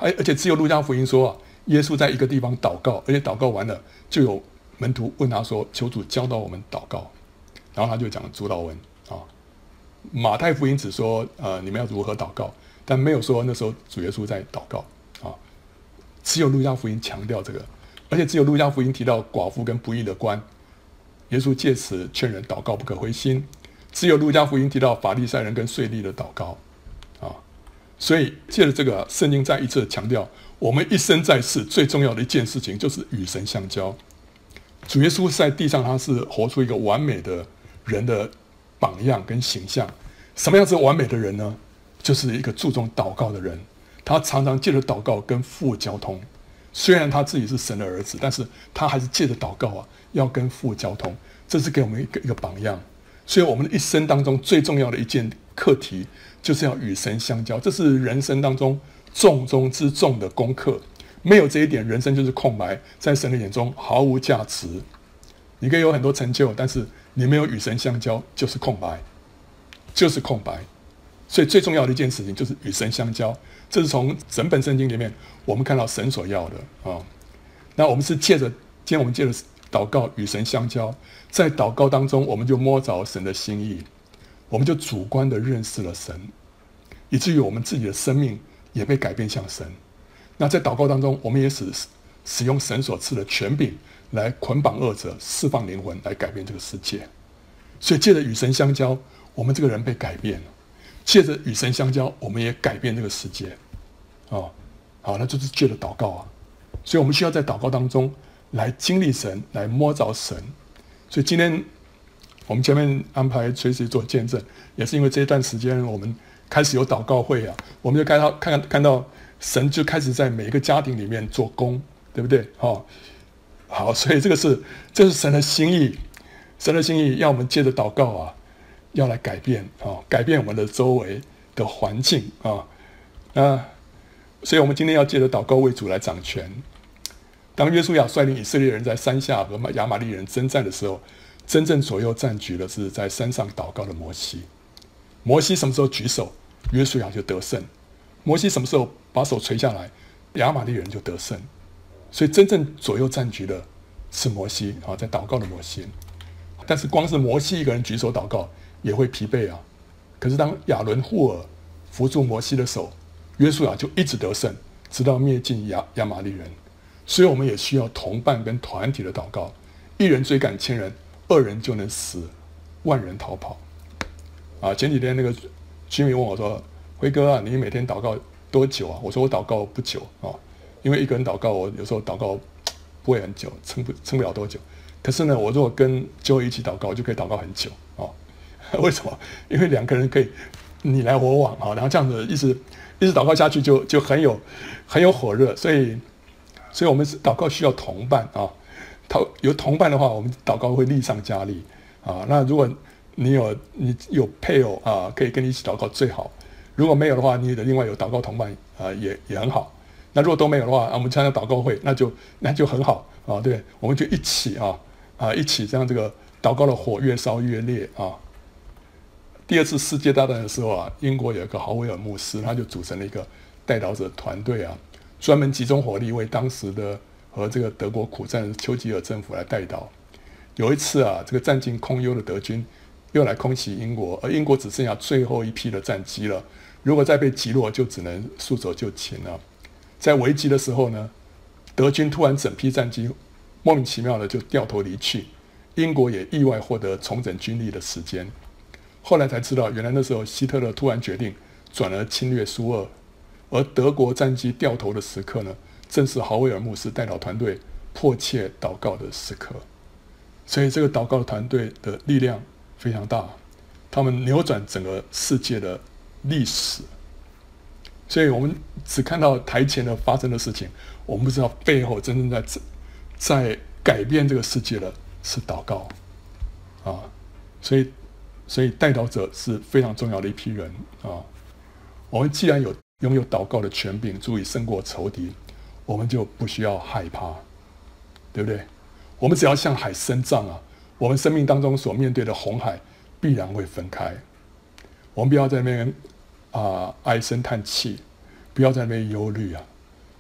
而而且只有路加福音说啊，耶稣在一个地方祷告，而且祷告完了，就有门徒问他说：“求主教导我们祷告。”然后他就讲主祷文啊。马太福音只说呃你们要如何祷告，但没有说那时候主耶稣在祷告啊。只有路加福音强调这个，而且只有路加福音提到寡妇跟不义的官，耶稣借此劝人祷告不可灰心。只有路加福音提到法利赛人跟税吏的祷告啊。所以借着这个，圣经再一次强调，我们一生在世最重要的一件事情就是与神相交。主耶稣在地上，他是活出一个完美的人的榜样跟形象。什么样是完美的人呢？就是一个注重祷告的人。他常常借着祷告跟父交通。虽然他自己是神的儿子，但是他还是借着祷告啊，要跟父交通。这是给我们一个一个榜样。所以我们的一生当中最重要的一件课题，就是要与神相交。这是人生当中重中之重的功课。没有这一点，人生就是空白，在神的眼中毫无价值。你可以有很多成就，但是你没有与神相交，就是空白，就是空白。所以最重要的一件事情就是与神相交。这是从整本圣经里面我们看到神所要的啊。那我们是借着，今天我们借着祷告与神相交，在祷告当中，我们就摸着神的心意，我们就主观的认识了神，以至于我们自己的生命也被改变向神。那在祷告当中，我们也使使用神所赐的权柄来捆绑恶者，释放灵魂，来改变这个世界。所以借着与神相交，我们这个人被改变了；借着与神相交，我们也改变这个世界。哦，好，那就是借着祷告啊。所以我们需要在祷告当中来经历神，来摸着神。所以今天我们前面安排随时做见证，也是因为这一段时间我们开始有祷告会啊，我们就看到看看到神就开始在每一个家庭里面做工，对不对？哦，好，所以这个是这是神的心意，神的心意要我们借着祷告啊，要来改变啊、哦，改变我们的周围的环境啊。那所以我们今天要借着祷告为主来掌权。当约书亚率领以色列人在山下和亚玛力人征战的时候，真正左右战局的是在山上祷告的摩西。摩西什么时候举手，约书亚就得胜；摩西什么时候把手垂下来，亚玛力人就得胜。所以真正左右战局的是摩西啊，在祷告的摩西。但是光是摩西一个人举手祷告也会疲惫啊。可是当亚伦、户尔扶住摩西的手，约书亚就一直得胜，直到灭尽亚亚玛力人。所以我们也需要同伴跟团体的祷告，一人追赶千人，二人就能使万人逃跑。啊，前几天那个居民问我说：“辉哥啊，你每天祷告多久啊？”我说：“我祷告不久啊，因为一个人祷告，我有时候祷告不会很久，撑不撑不了多久。可是呢，我如果跟就一起祷告，我就可以祷告很久啊。为什么？因为两个人可以你来我往啊，然后这样子一直一直祷告下去就，就就很有很有火热。所以，所以我们是祷告需要同伴啊。有同伴的话，我们祷告会力上加力啊。那如果你有你有配偶啊，可以跟你一起祷告最好。如果没有的话，你的另外有祷告同伴啊，也也很好。那如果都没有的话，啊、我们参加祷告会，那就那就很好啊。对，我们就一起啊啊一起这样，这个祷告的火越烧越烈啊。第二次世界大战的时候啊，英国有一个豪威尔牧师，他就组成了一个代祷者团队啊，专门集中火力为当时的和这个德国苦战的丘吉尔政府来代祷。有一次啊，这个战尽空优的德军又来空袭英国，而英国只剩下最后一批的战机了。如果再被击落，就只能束手就擒了。在危急的时候呢，德军突然整批战机莫名其妙的就掉头离去，英国也意外获得重整军力的时间。后来才知道，原来那时候希特勒突然决定转而侵略苏俄，而德国战机掉头的时刻呢，正是豪威尔牧师代祷团队迫切祷告的时刻。所以这个祷告团队的力量非常大，他们扭转整个世界的历史。所以我们只看到台前的发生的事情，我们不知道背后真正在在改变这个世界的是祷告啊。所以所以代祷者是非常重要的一批人啊。我们既然有拥有祷告的权柄，足以胜过仇敌，我们就不需要害怕，对不对？我们只要向海伸杖啊，我们生命当中所面对的红海必然会分开。我们不要在那边啊唉声叹气，不要在那边忧虑啊。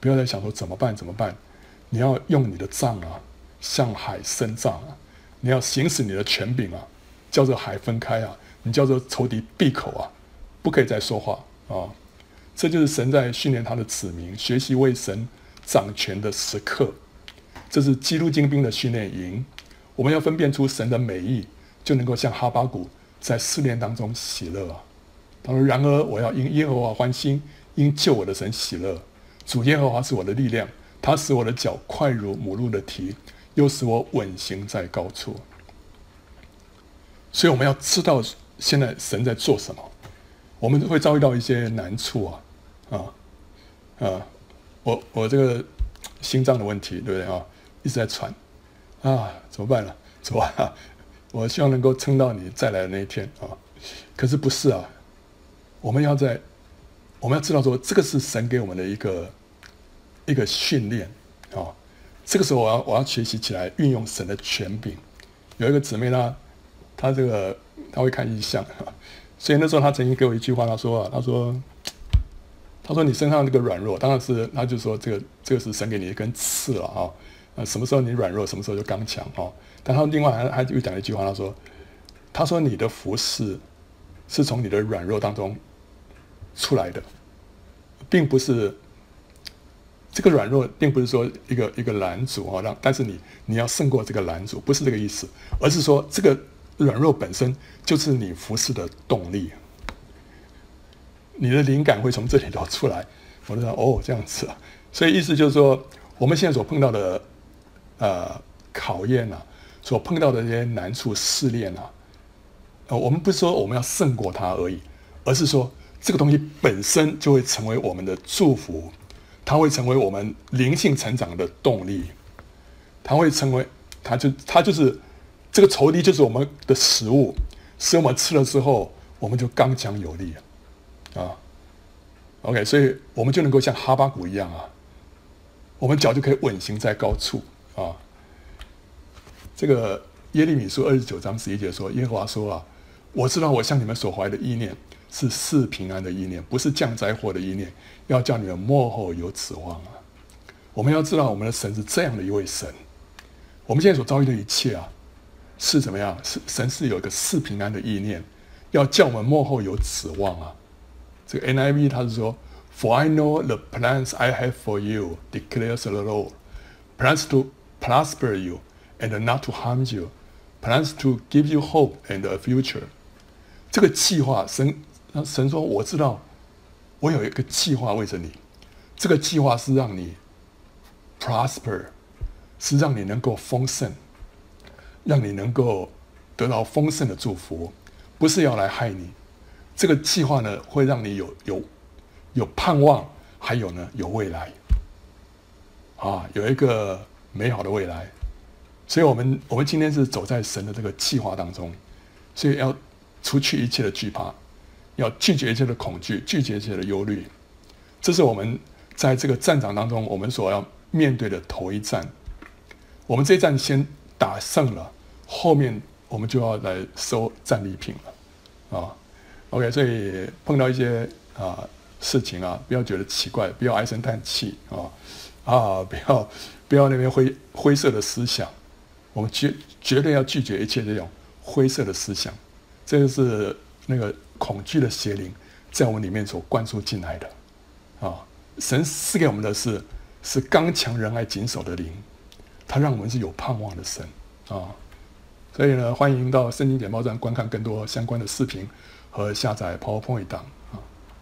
不要再想说怎么办怎么办，你要用你的杖啊，向海伸杖啊，你要行使你的权柄啊，叫这海分开啊，你叫这仇敌闭口啊，不可以再说话啊。这就是神在训练他的子民学习为神掌权的时刻。这是基督精兵的训练营，我们要分辨出神的美意，就能够像哈巴谷在试炼当中喜乐啊。他说：“然而我要因耶和华欢心，因救我的神喜乐。主耶和华是我的力量，他使我的脚快如母鹿的蹄，又使我稳行在高处。”所以我们要知道现在神在做什么。我们会遭遇到一些难处啊，啊啊！我我这个心脏的问题，对不对啊？一直在喘啊，怎么办呢？主啊，我希望能够撑到你再来的那一天啊。可是不是啊，我们要在，我们要知道说，这个是神给我们的一个一个训练啊。这个时候我要我要学习起来运用神的权柄。有一个姊妹呢，她这个她会看异象。所以那时候他曾经给我一句话，他说啊，他说，他说你身上那个软弱，当然是他就说这个这个是神给你一根刺了啊，啊什么时候你软弱，什么时候就刚强啊。但他另外还还又讲了一句话，他说，他说你的服事是从你的软弱当中出来的，并不是这个软弱，并不是说一个一个拦阻啊，让但是你你要胜过这个拦阻，不是这个意思，而是说这个软弱本身就是你服事的动力，你的灵感会从这里头出来。我就说哦，这样子啊，所以意思就是说，我们现在所碰到的呃考验啊，所碰到的这些难处试炼啊，呃，我们不是说我们要胜过它而已，而是说这个东西本身就会成为我们的祝福，它会成为我们灵性成长的动力，它会成为，它就它就是。这个仇敌就是我们的食物，使我们吃了之后，我们就刚强有力啊。OK， 所以我们就能够像哈巴谷一样啊，我们脚就可以稳行在高处啊。这个耶利米书二十九章十一节说，耶和华说啊，我知道我向你们所怀的意念是赐平安的意念，不是降灾祸的意念，要叫你们末后有指望啊。我们要知道我们的神是这样的一位神，我们现在所遭遇的一切啊。是怎么样？是神是有一个赐平安的意念，要叫我们幕后有指望啊。这个 N I V 他是说 ，For I know the plans I have for you, declares the Lord, plans to prosper you and not to harm you, plans to give you hope and a future。这个计划，神神说，我知道，我有一个计划为着你，这个计划是让你 prosper， 是让你能够丰盛。让你能够得到丰盛的祝福，不是要来害你。这个计划呢，会让你有有有盼望，还有呢有未来，啊，有一个美好的未来。所以，我们我们今天是走在神的这个计划当中，所以要除去一切的惧怕，要拒绝一切的恐惧，拒绝一切的忧虑。这是我们在这个战场当中，我们所要面对的头一战。我们这一战先打胜了。后面我们就要来收战利品了，啊 ，OK， 所以碰到一些啊事情啊，不要觉得奇怪，不要唉声叹气啊，啊，不要不要那边灰灰色的思想，我们绝绝对要拒绝一切这种灰色的思想，这就是那个恐惧的邪灵在我们里面所灌输进来的，啊，神赐给我们的是是刚强仁爱谨守的灵，他让我们是有盼望的神啊。所以呢，欢迎到圣经简报站观看更多相关的视频和下载 PowerPoint 档啊。